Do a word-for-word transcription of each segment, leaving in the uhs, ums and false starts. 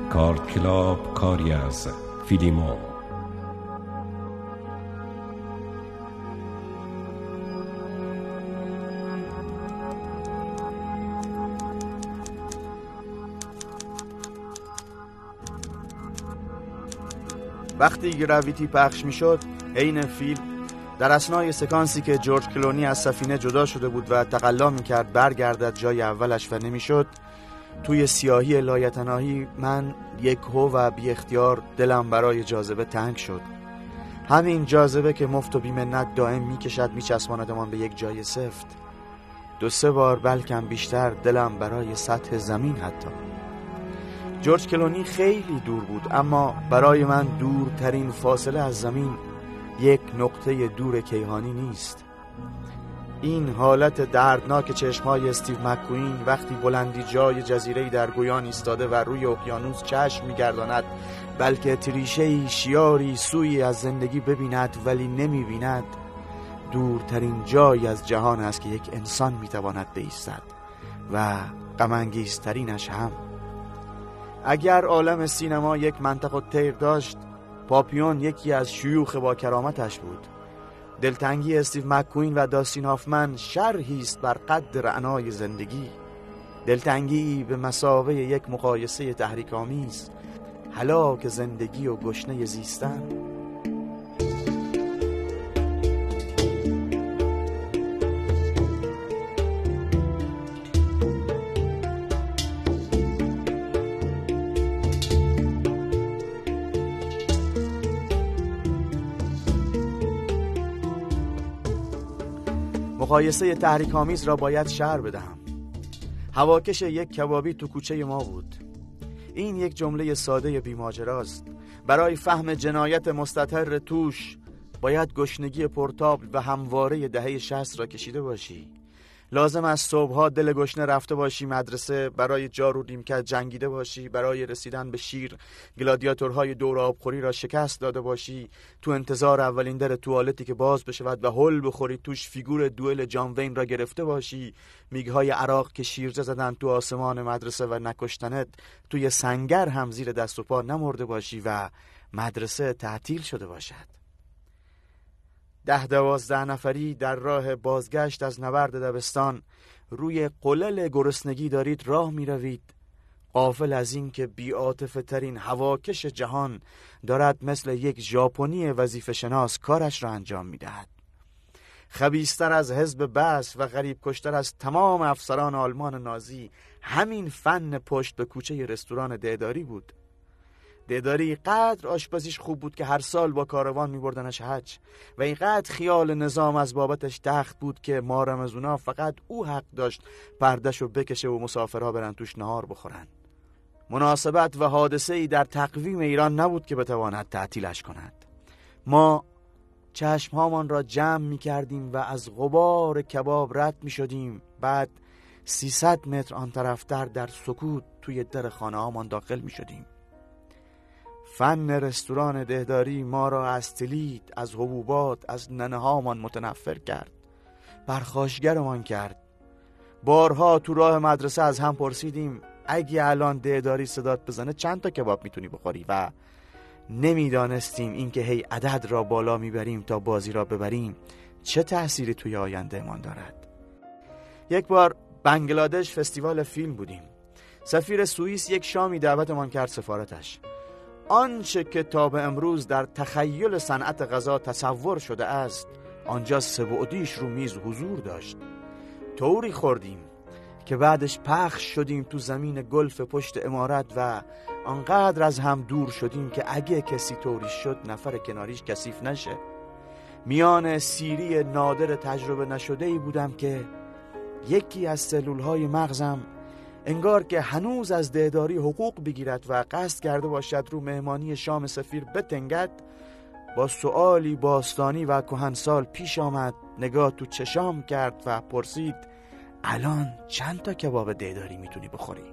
کارت کلاب کاری از فیلیمو. وقتی گراویتی پخش میشد، عین فیلم در اثنای سکانسی که جورج کلونی از سفینه جدا شده بود و تقلا میکرد برگردد جای اولش و نمیشد، توی سیاهی لایتناهی من یک هو و بی اختیار دلم برای جاذبه تنگ شد. همین جاذبه که مفت و بی‌منت دائم میکشد میچسباندمان به یک جای سفت. دو سه بار بلکم بیشتر دلم برای سطح زمین حتی. جورج کلونی خیلی دور بود، اما برای من دورترین فاصله از زمین یک نقطه دور کیهانی نیست. این حالت دردناک چشمای استیو مک‌کوین وقتی بلندی جای جزیره‌ای در گویان ایستاده و روی اقیانوس چشم می‌گرداند، بلکه تریشه‌ای شیاری سوی از زندگی ببیند ولی نمی‌بیند، دورترین جایی از جهان است که یک انسان می‌تواند بایستد و غم‌انگیزترینش هم. اگر عالم سینما یک منطق الطیر داشت، پاپیون یکی از شیوخ با کرامتش بود. دلتنگی استیو مک‌کوین و داستین هافمن شرحی است بر قد رعنای زندگی، دلتنگی به مثابه یک مقایسه تحریک‌آمیز، هلاک زندگی و گشنه زیستن. مقایسه تحریک‌آمیز را باید شرح بدهم. هواکش یک کبابی تو کوچه ما بود. این یک جمله ساده بی‌ماجراست. برای فهم جنایت مستتر توش باید گشنگی پرتابل و همواره دهه شصت را کشیده باشی. لازم است صبحها دل گشنه رفته باشی مدرسه، برای جارو نیمکت جنگیده باشی، برای رسیدن به شیر گلادیاتورهای دور آبخوری را شکست داده باشی، تو انتظار اولین در توالتی که باز بشود و هل بخوری توش فیگور دوئل جان وین را گرفته باشی، میگهای عراق که شیرجه زدن تو آسمان مدرسه و نکشتنت، توی سنگر هم زیر دست و پا نمرده باشی و مدرسه تعطیل شده باشد. ده دوازده نفری در راه بازگشت از نبرد دبستان روی قلل گرسنگی دارید راه می روید، غافل از این که بی‌عاطفه ترین هواکش جهان دارد مثل یک ژاپنی وظیفه شناس کارش را انجام می دهد. خبیث‌تر از حزب بعث و غریب کشتر از تمام افسران آلمان نازی همین فن پشت به کوچه رستوران دهداری بود. دهداری قدر آشپزیش خوب بود که هر سال با کاروان می بردنش حج و اینقدر خیال نظام از بابتش تخت بود که ما رمزونا فقط او حق داشت پردشو بکشه و مسافرها برن توش نهار بخورن. مناسبت و حادثه‌ای در تقویم ایران نبود که بتواند تعطیلش کند. ما چشمهامان را جمع می کردیم و از غبار کباب رد می شدیم، بعد سیصد متر آن طرفتر در سکوت توی در خانه هامان داخل می شدیم. فن رستوران دهداری ما را از تلید، از حبوبات، از ننه هامان متنفر کرد، پرخاشگرمان کرد. بارها تو راه مدرسه از هم پرسیدیم اگه الان دهداری صدات بزنه چند تا کباب میتونی بخوری و نمیدانستیم اینکه هی عدد را بالا میبریم تا بازی را ببریم چه تأثیری توی آینده من دارد. یک بار بنگلادش فستیوال فیلم بودیم. سفیر سوئیس یک شامی دعوتمان کرد سفارتش. آنچه که تا به امروز در تخیل صنعت غذا تصور شده است آنجا سه‌بعدیش رو میز حضور داشت. طوری خوردیم که بعدش پخش شدیم تو زمین گلف پشت عمارت و آنقدر از هم دور شدیم که اگه کسی طوری شد نفر کناریش کثیف نشه. میان سیری نادر تجربه نشده‌ای بودم که یکی از سلولهای مغزم انگار که هنوز از دهداری حقوق بگیرد و قصد کرده باشد رو مهمانی شام سفیر بتنگد، با سؤالی باستانی و کهنسال پیش آمد، نگاه تو چشام کرد و پرسید الان چند تا کباب دهداری میتونی بخوری؟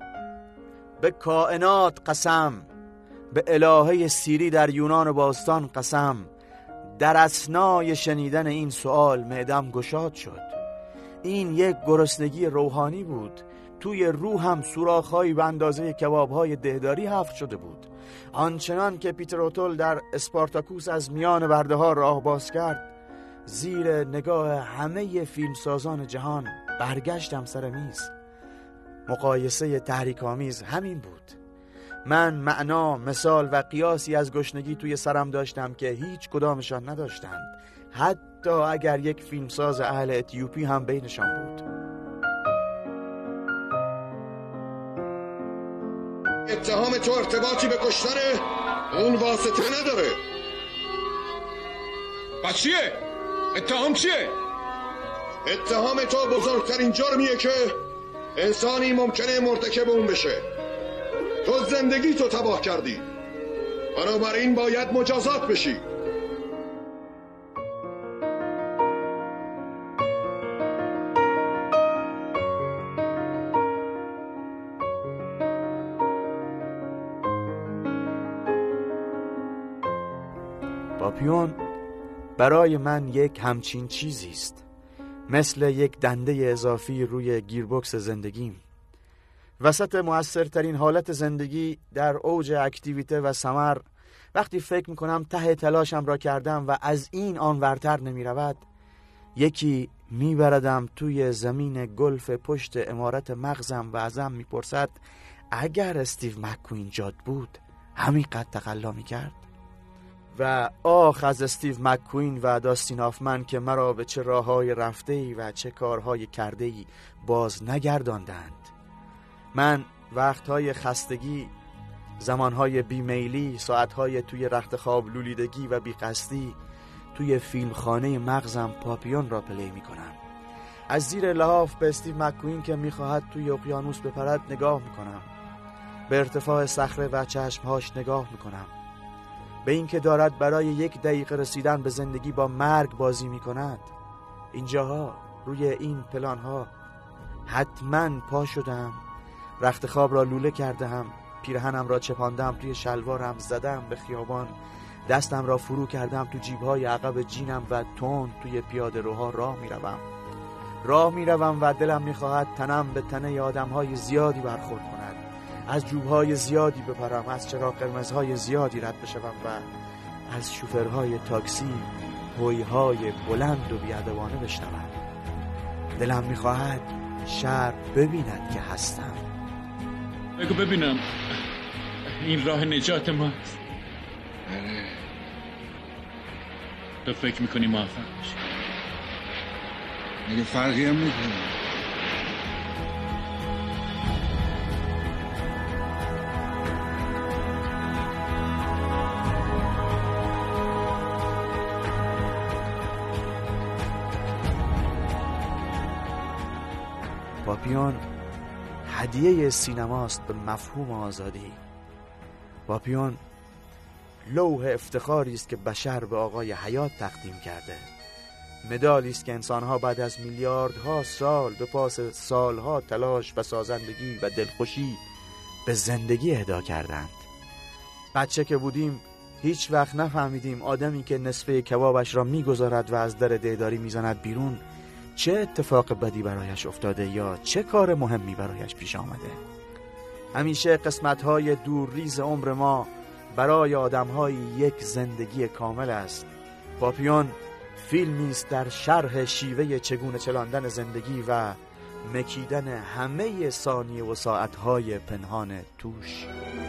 به کائنات قسم، به الهه سیری در یونان باستان قسم، در اثنای شنیدن این سؤال معدم گشاد شد. این یک گرسنگی روحانی بود، توی روحم سوراخ‌هایی به اندازه کباب‌های دهداری حفر شده بود. آنچنان که پیتر اوتول در اسپارتاکوس از میان برده‌ها راه باز کرد، زیر نگاه همه فیلمسازان جهان برگشتم سر میز. مقایسه تحریک‌آمیز همین بود. من معنا، مثال و قیاسی از گشنگی توی سرم داشتم که هیچ کدامشان نداشتند، حتی اگر یک فیلمساز اهل اتیوپی هم بینشان بود. اتهام تو ارتباطی به کشتن اون واسطه نداره. پس چیه؟ اتهام چیه؟ اتهام تو بزرگترین جرمیه که انسانی ممکنه مرتکب اون بشه. تو زندگی تو تباه کردی، بنابراین باید مجازات بشی. پاپیون برای من یک همچین چیزی است، مثل یک دنده اضافی روی گیربکس زندگیم. وسط موثرترین حالت زندگی، در اوج اکتیویته و ثمر، وقتی فکر میکنم ته تلاشم را کردم و از این آن ورتر نمی رود، یکی میبردم توی زمین گلف پشت عمارت مغزم و ازم میپرسد اگر استیو مک‌کوین جاد بود همینقدر تقلا میکرد؟ و آخ از استیو مک‌کوین و داستین هافمن که مرا به چه راههای رفته‌ای و چه کارهای کرده‌ای باز نگرداندند. من وقتهای خستگی، زمانهای بیمیلی، ساعتهای توی رخت خواب لولیدگی و بیقصدی توی فیلمخانه مغزم پاپیون را پلی می کنم. از زیر لحاف به استیو مک‌کوین که می خواهد توی اقیانوس بپرد نگاه می کنم. به ارتفاع صخره و چشمهاش نگاه می کنم. به این که دارد برای یک دقیقه رسیدن به زندگی با مرگ بازی می کند. اینجاها روی این پلانها حتما پا شدم، رخت خواب را لوله کردم، پیرهنم را چپاندم توی شلوارم، زدم به خیابان، دستم را فرو کردم تو جیبهای عقب جینم و تون توی پیاده روها راه می روم. راه می روم و دلم می خواهد تنم به تنه آدمهای زیادی برخورد کند، از جوبهای زیادی بپرم، از چراغ قرمزهای زیادی رد بشوم و از شوفرهای تاکسی هویهای بلند و بیادبانه بشنوم. دلم می خواهد شهر ببیند که هستم. بگو ببینم این راه نجات ماست؟ بله. تو فکر میکنی موفق میشی؟ مگه فرقی هم میکنی؟ پاپیون هدیه سینماست به مفهوم آزادی. پاپیون لوح افتخاری است که بشر به آقای حیات تقدیم کرده. مدالی است که انسانها بعد از میلیاردها سال به پاس سالها تلاش و سازندگی و دلخوشی به زندگی اهدا کردند. بچه که بودیم هیچ وقت نفهمیدیم آدمی که نصفه کبابش را میگذارد و از در دهداری میزند بیرون چه اتفاق بدی برایش افتاده یا چه کار مهمی برایش پیش آمده. همیشه قسمت‌های دور ریز عمر ما برای آدم‌های یک زندگی کامل است. پاپیون فیلمی است در شرح شیوه چگونه چلاندن زندگی و مکیدن همه ثانیه و ساعت‌های پنهان توش.